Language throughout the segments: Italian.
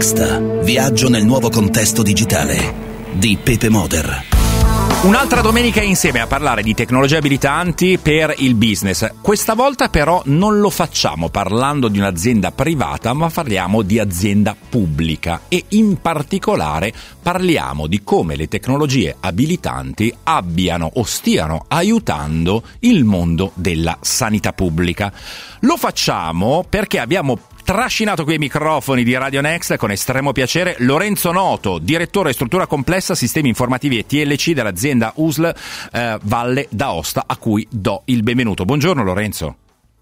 Next. Viaggio nel nuovo contesto digitale di Pepe Moder. Un'altra domenica insieme a parlare di tecnologie abilitanti per il business. Questa volta però non lo facciamo parlando di un'azienda privata, ma parliamo di azienda pubblica e in particolare parliamo di come le tecnologie abilitanti abbiano o stiano aiutando il mondo della sanità pubblica. Lo facciamo perché abbiamo trascinato qui i microfoni di Radio Next con estremo piacere Lorenzo Noto, direttore struttura complessa sistemi informativi e TLC dell'azienda USL Valle d'Aosta, a cui do il benvenuto. Buongiorno Lorenzo.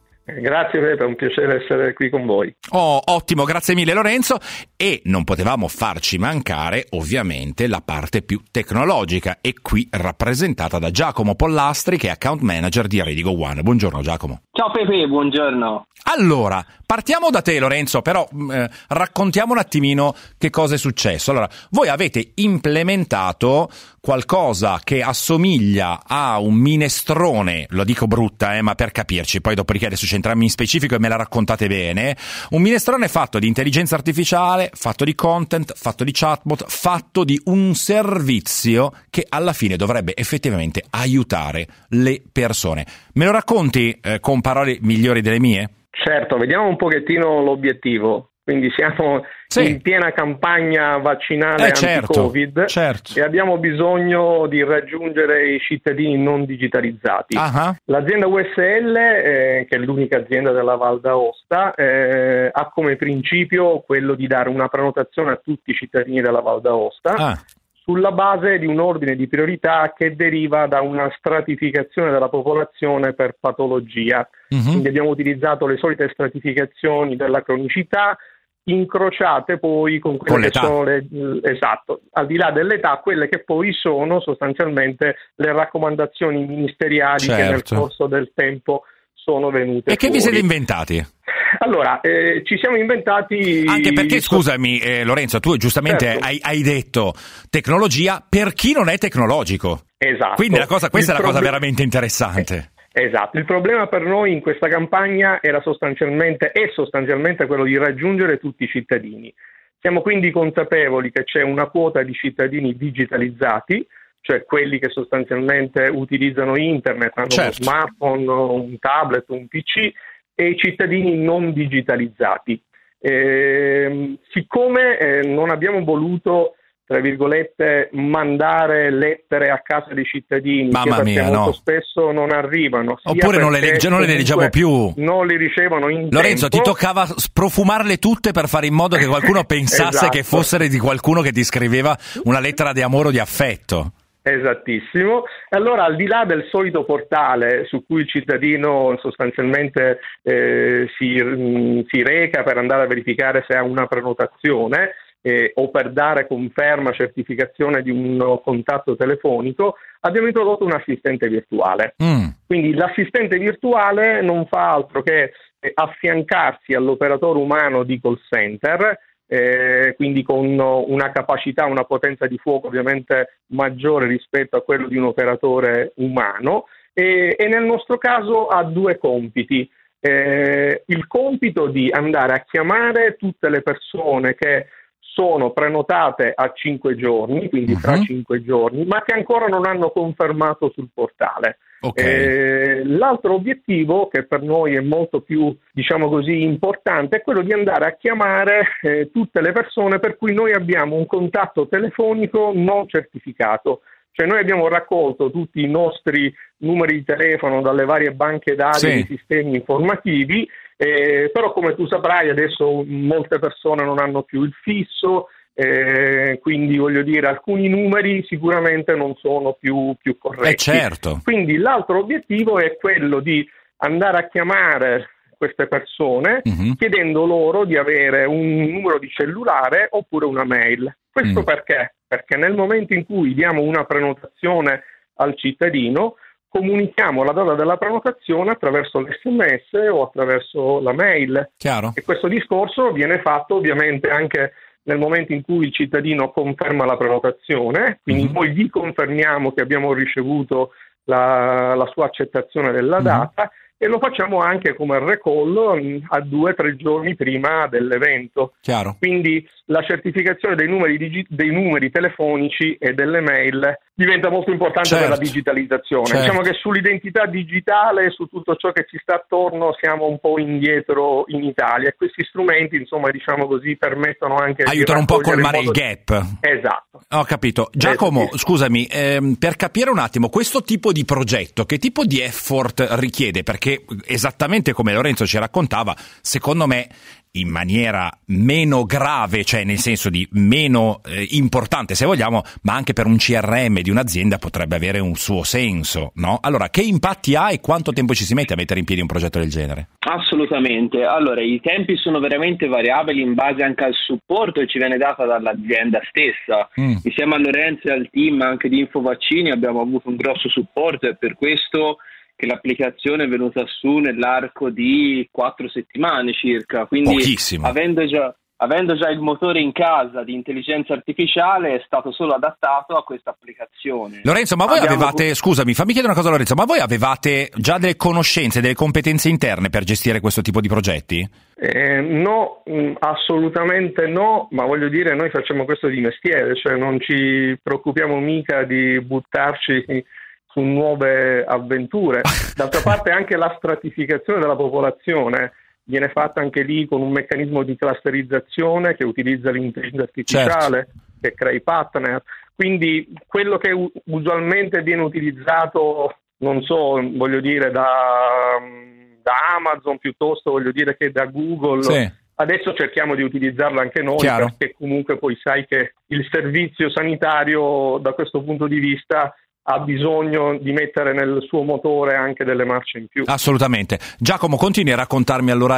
Grazie Pepe, è un piacere essere qui con voi. Oh, ottimo, grazie mille Lorenzo. E non potevamo farci mancare ovviamente la parte più tecnologica, e qui rappresentata da Giacomo Pollastri, che è account manager di Redigo One. Buongiorno Giacomo. Ciao Pepe, buongiorno. Allora, partiamo da te Lorenzo, però raccontiamo un attimino che cosa è successo. Allora, voi avete implementato qualcosa che assomiglia a un minestrone, lo dico brutta, ma per capirci, poi dopodiché adesso ci entriamo in specifico e me la raccontate bene. Un minestrone fatto di intelligenza artificiale, fatto di content, fatto di chatbot, fatto di un servizio che alla fine dovrebbe effettivamente aiutare le persone. Me lo racconti con parole migliori delle mie? Certo, vediamo un pochettino l'obiettivo. Quindi siamo in piena campagna vaccinale anti-Covid, certo. E abbiamo bisogno di raggiungere i cittadini non digitalizzati. Uh-huh. L'azienda USL, che è l'unica azienda della Val d'Aosta, ha come principio quello di dare una prenotazione a tutti i cittadini della Val d'Aosta. Sulla base di un ordine di priorità che deriva da una stratificazione della popolazione per patologia. Uh-huh. Quindi abbiamo utilizzato le solite stratificazioni della cronicità, incrociate poi con quelle che sono esatto, al di là dell'età, quelle che poi sono sostanzialmente le raccomandazioni ministeriali che nel corso del tempo sono venute E che vi siete inventati? Allora, ci siamo inventati... Anche perché, scusami Lorenzo, tu giustamente hai detto tecnologia per chi non è tecnologico. Esatto. Quindi questa è la cosa veramente interessante. Esatto, il problema per noi in questa campagna è sostanzialmente quello di raggiungere tutti i cittadini. Siamo quindi consapevoli che c'è una quota di cittadini digitalizzati, cioè quelli che sostanzialmente utilizzano internet, hanno uno smartphone, un tablet, un PC, e i cittadini non digitalizzati. Siccome non abbiamo voluto, tra virgolette, mandare lettere a casa dei cittadini, perché molto spesso non arrivano, oppure non le leggiamo più, non li ricevono in Lorenzo, tempo. ti toccava sprofumarle tutte per fare in modo che qualcuno pensasse che fossero di qualcuno che ti scriveva una lettera di amore o di affetto. Esattissimo. Allora, al di là del solito portale su cui il cittadino sostanzialmente si reca per andare a verificare se ha una prenotazione o per dare conferma, certificazione di un contatto telefonico, abbiamo introdotto un assistente virtuale. Quindi l'assistente virtuale non fa altro che affiancarsi all'operatore umano di call center, quindi con una capacità, una potenza di fuoco ovviamente maggiore rispetto a quello di un operatore umano, e nel nostro caso ha due compiti. Il compito di andare a chiamare tutte le persone che sono prenotate a 5 giorni, quindi tra 5 giorni, ma che ancora non hanno confermato sul portale. Okay. L'altro obiettivo, che per noi è molto più, diciamo così, importante, è quello di andare a chiamare tutte le persone per cui noi abbiamo un contatto telefonico non certificato. Cioè noi abbiamo raccolto tutti i nostri numeri di telefono dalle varie banche dati dei sistemi informativi, però come tu saprai adesso molte persone non hanno più il fisso, quindi voglio dire alcuni numeri sicuramente non sono più corretti. Certo. Quindi l'altro obiettivo è quello di andare a chiamare queste persone chiedendo loro di avere un numero di cellulare oppure una mail. Questo perché? Perché nel momento in cui diamo una prenotazione al cittadino, comunichiamo la data della prenotazione attraverso l'SMS o attraverso la mail. Chiaro. E questo discorso viene fatto ovviamente anche nel momento in cui il cittadino conferma la prenotazione, quindi noi gli confermiamo che abbiamo ricevuto la sua accettazione della data, e lo facciamo anche come recall a 2-3 giorni prima dell'evento. Chiaro. Quindi la certificazione dei numeri telefonici e delle mail diventa molto importante per la digitalizzazione. Certo. Diciamo che sull'identità digitale, su tutto ciò che ci sta attorno, siamo un po' indietro in Italia, e questi strumenti, insomma, diciamo così, permettono anche aiutano un po' a colmare il gap. Esatto. Ho capito. Giacomo, scusami, per capire un attimo, questo tipo di progetto, che tipo di effort richiede? Perché esattamente come Lorenzo ci raccontava, secondo me in maniera meno grave, cioè nel senso di meno importante se vogliamo, ma anche per un CRM di un'azienda potrebbe avere un suo senso, no? Allora, che impatti ha e quanto tempo ci si mette a mettere in piedi un progetto del genere? Assolutamente. Allora, i tempi sono veramente variabili in base anche al supporto che ci viene dato dall'azienda stessa. Insieme a Lorenzo e al team anche di Infovaccini abbiamo avuto un grosso supporto, e per questo che l'applicazione è venuta su nell'arco di 4 settimane circa, quindi pochissimo. Avendo già il motore in casa di intelligenza artificiale è stato solo adattato a questa applicazione. Lorenzo, ma voi avevate, scusami, fammi chiedere una cosa Lorenzo, ma voi avevate già delle conoscenze, delle competenze interne per gestire questo tipo di progetti? No, assolutamente no, ma voglio dire, noi facciamo questo di mestiere, cioè non ci preoccupiamo mica di buttarci su nuove avventure. D'altra parte anche la stratificazione della popolazione viene fatta anche lì con un meccanismo di clusterizzazione che utilizza l'intelligenza artificiale, che crea i partner. Quindi quello che usualmente viene utilizzato, non so, voglio dire, da Amazon piuttosto, voglio dire, che da Google, adesso cerchiamo di utilizzarlo anche noi. Chiaro. Perché comunque poi sai che il servizio sanitario da questo punto di vista ha bisogno di mettere nel suo motore anche delle marce in più. Assolutamente. Giacomo, continui a raccontarmi allora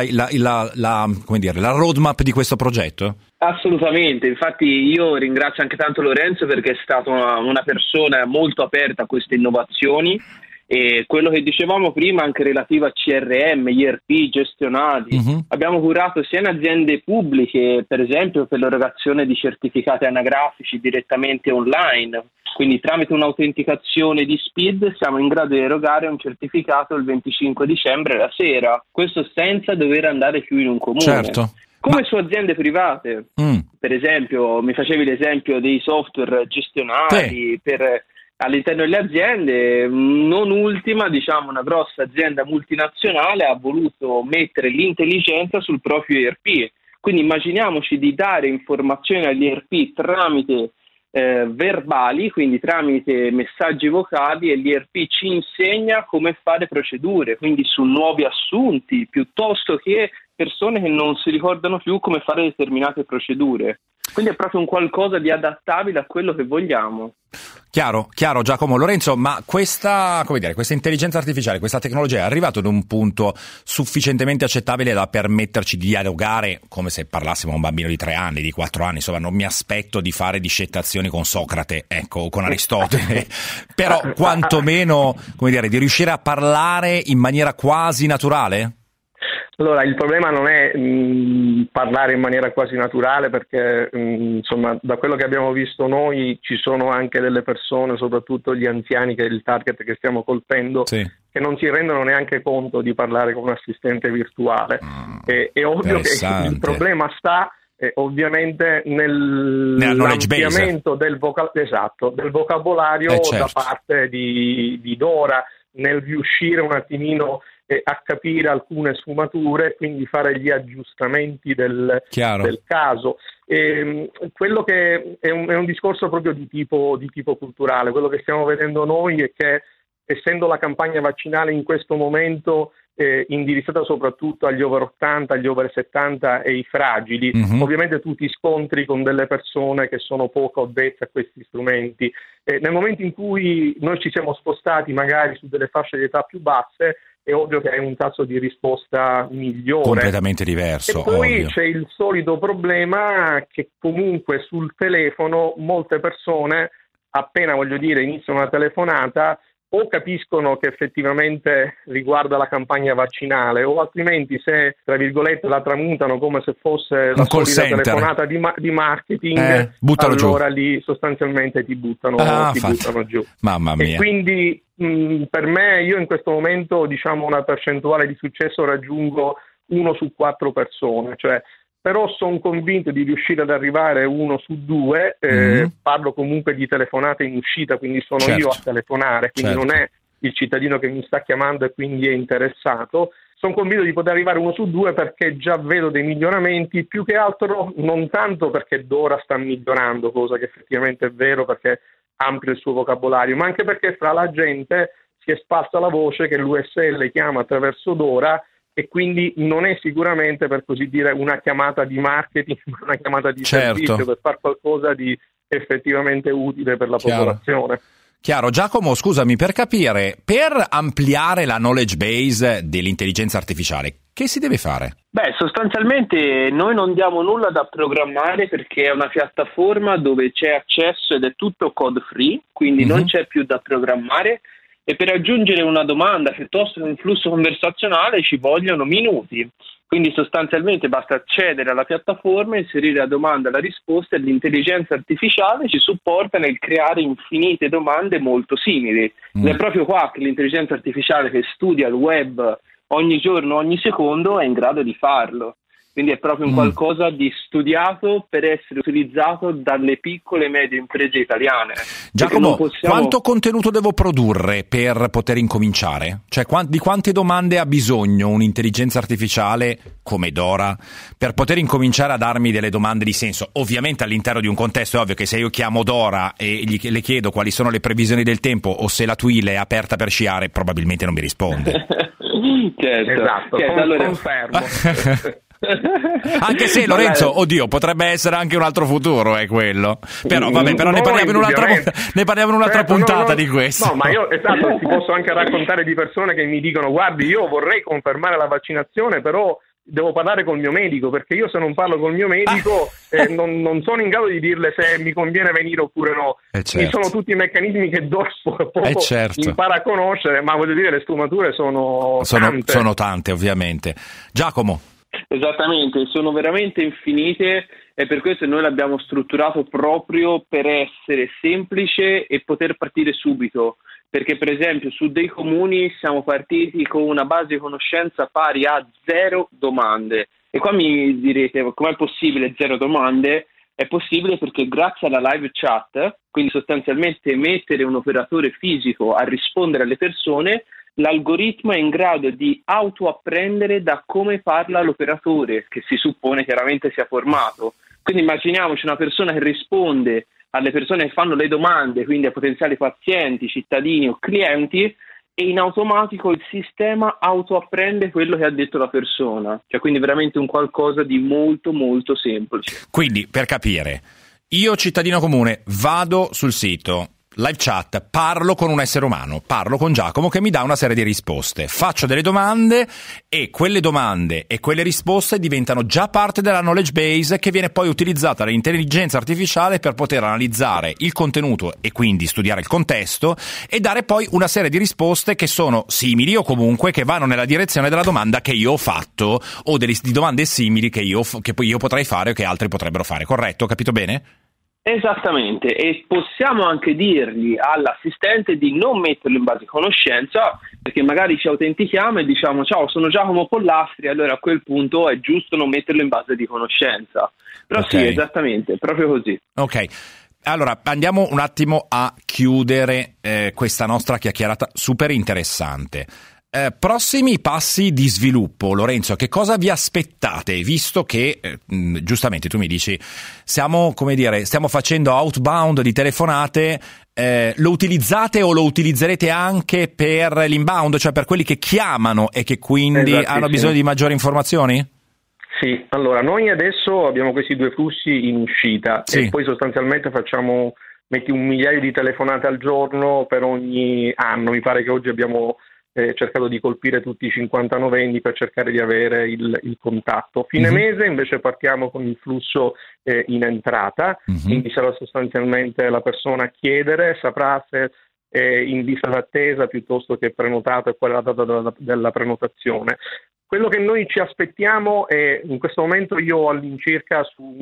la roadmap di questo progetto? Assolutamente, infatti io ringrazio anche tanto Lorenzo perché è stato una persona molto aperta a queste innovazioni, e quello che dicevamo prima anche relativo a CRM, ERP gestionati, abbiamo curato sia in aziende pubbliche, per esempio per l'erogazione di certificati anagrafici direttamente online, quindi tramite un'autenticazione di SPID siamo in grado di erogare un certificato il 25 dicembre la sera, questo senza dover andare più in un comune. Certo. Come su aziende private, per esempio, mi facevi l'esempio dei software gestionali all'interno delle aziende, non ultima, diciamo, una grossa azienda multinazionale ha voluto mettere l'intelligenza sul proprio ERP. Quindi immaginiamoci di dare informazioni agli ERP tramite verbali, quindi tramite messaggi vocali, e l'ERP ci insegna come fare procedure, quindi su nuovi assunti, piuttosto che persone che non si ricordano più come fare determinate procedure. Quindi è proprio un qualcosa di adattabile a quello che vogliamo. Chiaro Giacomo. Lorenzo, ma questa intelligenza artificiale, questa tecnologia è arrivata ad un punto sufficientemente accettabile da permetterci di dialogare come se parlassimo a un bambino di 3 anni, di 4 anni, insomma non mi aspetto di fare discettazioni con Socrate, ecco, o con Aristotele, però quantomeno, di riuscire a parlare in maniera quasi naturale? Allora, il problema non è parlare in maniera quasi naturale, perché insomma, da quello che abbiamo visto noi ci sono anche delle persone, soprattutto gli anziani, che è il target che stiamo colpendo, che non si rendono neanche conto di parlare con un assistente virtuale. È ovvio che il problema sta ovviamente nell'ampliamento del vocabolario da parte di Dora, nel riuscire un attimino a capire alcune sfumature, quindi fare gli aggiustamenti del caso. Quello che è un discorso proprio di tipo culturale. Quello che stiamo vedendo noi è che, essendo la campagna vaccinale in questo momento indirizzata soprattutto agli over 80, agli over 70 e i fragili, ovviamente tu ti scontri con delle persone che sono poco avvezze a questi strumenti. Nel momento in cui noi ci siamo spostati magari su delle fasce di età più basse, è ovvio che hai un tasso di risposta migliore, completamente diverso. E poi c'è il solito problema che comunque sul telefono molte persone, appena iniziano una telefonata, o capiscono che effettivamente riguarda la campagna vaccinale, o altrimenti, se tra virgolette la tramutano come se fosse la solita telefonata di marketing, buttano allora giù. Lì sostanzialmente ti buttano giù. Mamma mia. E quindi per me, io in questo momento, diciamo, una percentuale di successo raggiungo 1 su 4 persone, cioè, però sono convinto di riuscire ad arrivare 1 su 2, parlo comunque di telefonate in uscita, quindi sono io a telefonare, quindi non è il cittadino che mi sta chiamando e quindi è interessato. Sono convinto di poter arrivare 1 su 2 perché già vedo dei miglioramenti, più che altro non tanto perché Dora sta migliorando, cosa che effettivamente è vero perché amplia il suo vocabolario, ma anche perché fra la gente si è sparsa la voce che l'USL chiama attraverso Dora e quindi non è sicuramente, per così dire, una chiamata di marketing, ma una chiamata di servizio per fare qualcosa di effettivamente utile per la popolazione. Chiaro. Giacomo, scusami, per capire, per ampliare la knowledge base dell'intelligenza artificiale, che si deve fare? Beh, sostanzialmente noi non diamo nulla da programmare perché è una piattaforma dove c'è accesso ed è tutto code free, quindi non c'è più da programmare, e per aggiungere una domanda piuttosto che un flusso conversazionale ci vogliono minuti. Quindi sostanzialmente basta accedere alla piattaforma, inserire la domanda e la risposta e l'intelligenza artificiale ci supporta nel creare infinite domande molto simili. Ed è proprio qua che l'intelligenza artificiale che studia il web ogni giorno, ogni secondo è in grado di farlo. Quindi è proprio un qualcosa di studiato per essere utilizzato dalle piccole e medie imprese italiane. Giacomo, quanto contenuto devo produrre per poter incominciare? Cioè, di quante domande ha bisogno un'intelligenza artificiale come Dora per poter incominciare a darmi delle domande di senso? Ovviamente all'interno di un contesto è ovvio che se io chiamo Dora e le chiedo quali sono le previsioni del tempo o se la Twil è aperta per sciare, probabilmente non mi risponde. Certo, allora confermo. Anche se Lorenzo, oddio, potrebbe essere anche un altro futuro, è quello. Però vabbè, però ne parliamo in un'altra puntata di questo. No, ma io ti posso anche raccontare di persone che mi dicono: guardi, io vorrei confermare la vaccinazione, però devo parlare col mio medico, perché io se non parlo col mio medico non sono in grado di dirle se mi conviene venire oppure no. Ci sono tutti i meccanismi che dopo impara a conoscere, ma voglio dire, le sfumature sono tante. Sono tante, ovviamente. Giacomo. Esattamente, sono veramente infinite e per questo noi l'abbiamo strutturato proprio per essere semplice e poter partire subito, perché per esempio su dei comuni siamo partiti con una base di conoscenza pari a 0 domande e qua mi direte com'è possibile 0 domande? È possibile perché grazie alla live chat, quindi sostanzialmente mettere un operatore fisico a rispondere alle persone, l'algoritmo è in grado di autoapprendere da come parla l'operatore, che si suppone chiaramente sia formato. Quindi immaginiamoci una persona che risponde alle persone che fanno le domande, quindi a potenziali pazienti, cittadini o clienti, e in automatico il sistema autoapprende quello che ha detto la persona. Cioè, quindi veramente un qualcosa di molto molto semplice. Quindi, per capire, io cittadino comune vado sul sito live chat, parlo con un essere umano, parlo con Giacomo che mi dà una serie di risposte, faccio delle domande e quelle domande e quelle risposte diventano già parte della knowledge base che viene poi utilizzata dall'intelligenza artificiale per poter analizzare il contenuto e quindi studiare il contesto e dare poi una serie di risposte che sono simili o comunque che vanno nella direzione della domanda che io ho fatto o di domande simili che poi io potrei fare o che altri potrebbero fare, corretto? Ho capito bene? Esattamente, e possiamo anche dirgli all'assistente di non metterlo in base di conoscenza, perché magari ci autentichiamo e diciamo ciao, sono Giacomo Pollastri, allora a quel punto è giusto non metterlo in base di conoscenza. Però sì, esattamente, proprio così. Ok. Allora, andiamo un attimo a chiudere questa nostra chiacchierata super interessante. Prossimi passi di sviluppo, Lorenzo, che cosa vi aspettate? Visto che, giustamente tu mi dici, stiamo facendo outbound di telefonate, lo utilizzate o lo utilizzerete anche per l'inbound, cioè per quelli che chiamano e che quindi hanno bisogno di maggiori informazioni? Sì, allora noi adesso abbiamo questi 2 flussi in uscita e poi sostanzialmente metti 1 migliaio di telefonate al giorno per ogni anno, mi pare che oggi abbiamo cercato di colpire tutti i 59enni per cercare di avere il contatto. Fine mese invece partiamo con il flusso in entrata, quindi sarà sostanzialmente la persona a chiedere, saprà se è in lista d'attesa piuttosto che prenotato e qual è la data della prenotazione. Quello che noi ci aspettiamo è, in questo momento io ho all'incirca su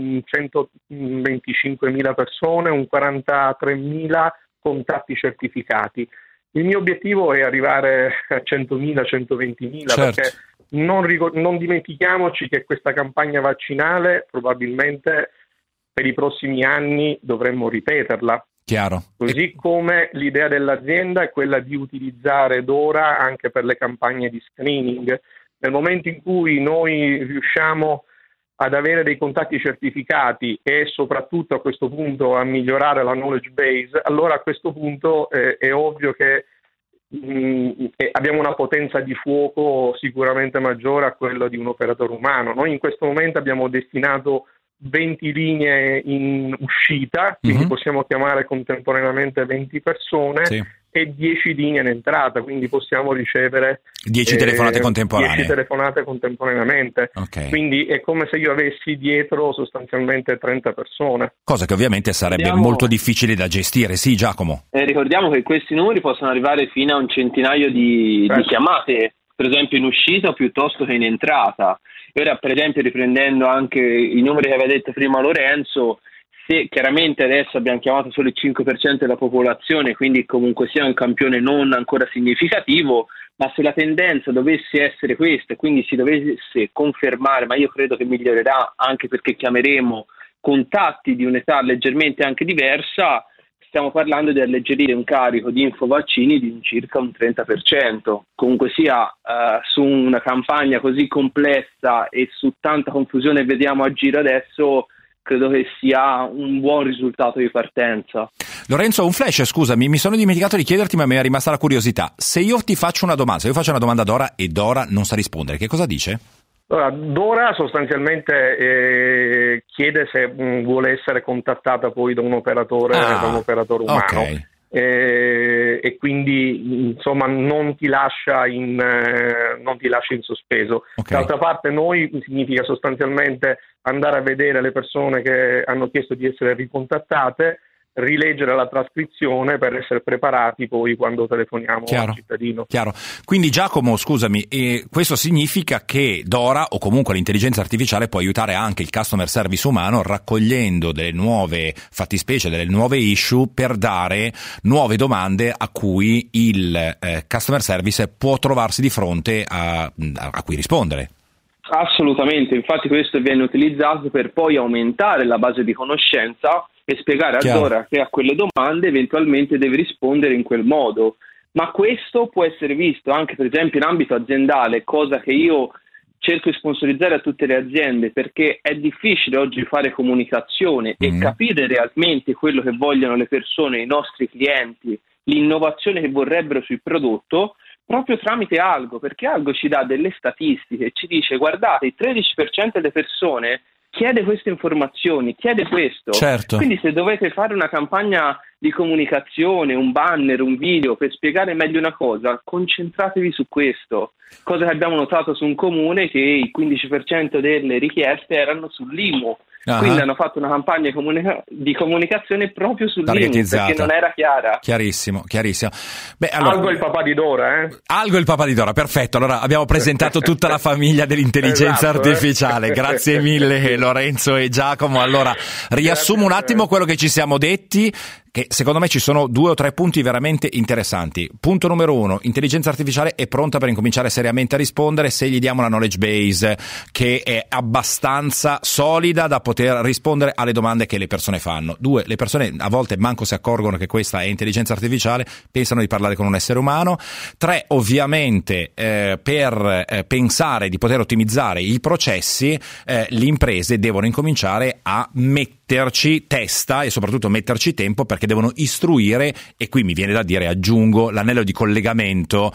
125.000 persone, un 43.000 contatti certificati. Il mio obiettivo è arrivare a 100.000, 120.000, certo. Perché non dimentichiamoci che questa campagna vaccinale probabilmente per i prossimi anni dovremmo ripeterla. Chiaro. Così come l'idea dell'azienda è quella di utilizzare Dora anche per le campagne di screening. Nel momento in cui noi riusciamo ad avere dei contatti certificati e soprattutto a questo punto a migliorare la knowledge base, allora a questo punto è ovvio che abbiamo una potenza di fuoco sicuramente maggiore a quello di un operatore umano. Noi in questo momento abbiamo destinato 20 linee in uscita, quindi possiamo chiamare contemporaneamente 20 persone, sì, e 10 linee in entrata, quindi possiamo ricevere 10 telefonate contemporanee. 10 telefonate contemporaneamente. Okay. Quindi è come se io avessi dietro sostanzialmente 30 persone. Cosa che ovviamente sarebbe molto difficile da gestire, sì, Giacomo? Ricordiamo che questi numeri possono arrivare fino a un centinaio di chiamate, per esempio in uscita piuttosto che in entrata. E ora, per esempio, riprendendo anche i numeri che aveva detto prima Lorenzo, se chiaramente adesso abbiamo chiamato solo il 5% della popolazione, quindi comunque sia un campione non ancora significativo, ma se la tendenza dovesse essere questa e quindi si dovesse confermare, ma io credo che migliorerà anche perché chiameremo contatti di un'età leggermente anche diversa, stiamo parlando di alleggerire un carico di infovaccini di circa un 30%. Comunque sia, su una campagna così complessa e su tanta confusione vediamo a giro adesso, credo che sia un buon risultato di partenza. Lorenzo, un flash, scusami, mi sono dimenticato di chiederti, ma mi è rimasta la curiosità. Se io ti faccio una domanda, a Dora e Dora non sa rispondere, che cosa dice? Allora, Dora sostanzialmente chiede se vuole essere contattata poi da un operatore, umano. Okay. E quindi insomma non ti lascia in sospeso. Okay. D'altra parte noi significa sostanzialmente andare a vedere le persone che hanno chiesto di essere ricontattate, rileggere la trascrizione per essere preparati poi quando telefoniamo al cittadino. Chiaro. Quindi Giacomo, scusami, questo significa che Dora o comunque l'intelligenza artificiale può aiutare anche il customer service umano raccogliendo delle nuove fattispecie, delle nuove issue per dare nuove domande a cui il customer service può trovarsi di fronte a cui rispondere. Assolutamente, infatti questo viene utilizzato per poi aumentare la base di conoscenza e spiegare a Dora che a quelle domande eventualmente deve rispondere in quel modo. Ma questo può essere visto anche per esempio in ambito aziendale, cosa che io cerco di sponsorizzare a tutte le aziende, perché è difficile oggi fare comunicazione e capire realmente quello che vogliono le persone, i nostri clienti, l'innovazione che vorrebbero sul prodotto, proprio tramite Algo, perché Algo ci dà delle statistiche, ci dice guardate, il 13% delle persone chiede queste informazioni, chiede questo. Certo. Quindi se dovete fare una campagna di comunicazione, un banner, un video per spiegare meglio una cosa, concentratevi su questo. Cosa che abbiamo notato su un comune che il 15% delle richieste erano sull'IMU. Quindi hanno fatto una campagna di comunicazione proprio sull'IMU perché non era chiara. Chiarissimo. Beh, allora, Algo è il papà di Dora, Algo è il papà di Dora, perfetto. Allora abbiamo presentato tutta la famiglia dell'intelligenza artificiale. Grazie mille Lorenzo e Giacomo. Allora riassumo un attimo quello che ci siamo detti, che secondo me ci sono 2 o 3 punti veramente interessanti. Punto numero 1, intelligenza artificiale è pronta per incominciare seriamente a rispondere se gli diamo una knowledge base che è abbastanza solida da poter rispondere alle domande che le persone fanno. 2, le persone a volte manco si accorgono che questa è intelligenza artificiale, pensano di parlare con un essere umano. 3, ovviamente per pensare di poter ottimizzare i processi le imprese devono incominciare a metterci testa e soprattutto metterci tempo, perché devono istruire, e qui mi viene da dire, aggiungo, l'anello di collegamento,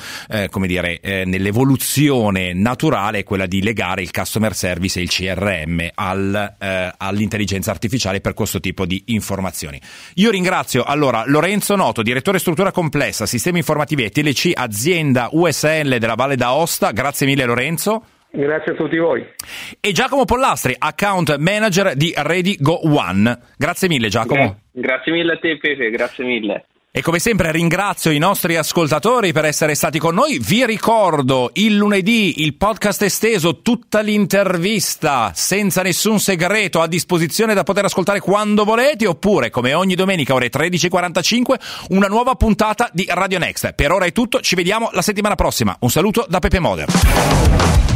nell'evoluzione naturale è quella di legare il customer service e il CRM all'intelligenza artificiale per questo tipo di informazioni. Io ringrazio allora Lorenzo Noto, direttore struttura complessa, sistemi informativi e TLC, azienda USL della Valle d'Aosta. Grazie mille Lorenzo. Grazie a tutti voi. E Giacomo Pollastri, account manager di Ready Go One. Grazie mille Giacomo. Grazie mille a te Pepe, grazie mille. E come sempre ringrazio i nostri ascoltatori per essere stati con noi. Vi ricordo il lunedì il podcast esteso, tutta l'intervista senza nessun segreto a disposizione da poter ascoltare quando volete, oppure come ogni domenica ore 13:45 una nuova puntata di Radio Next. Per ora è tutto, ci vediamo la settimana prossima. Un saluto da Pepe Moder.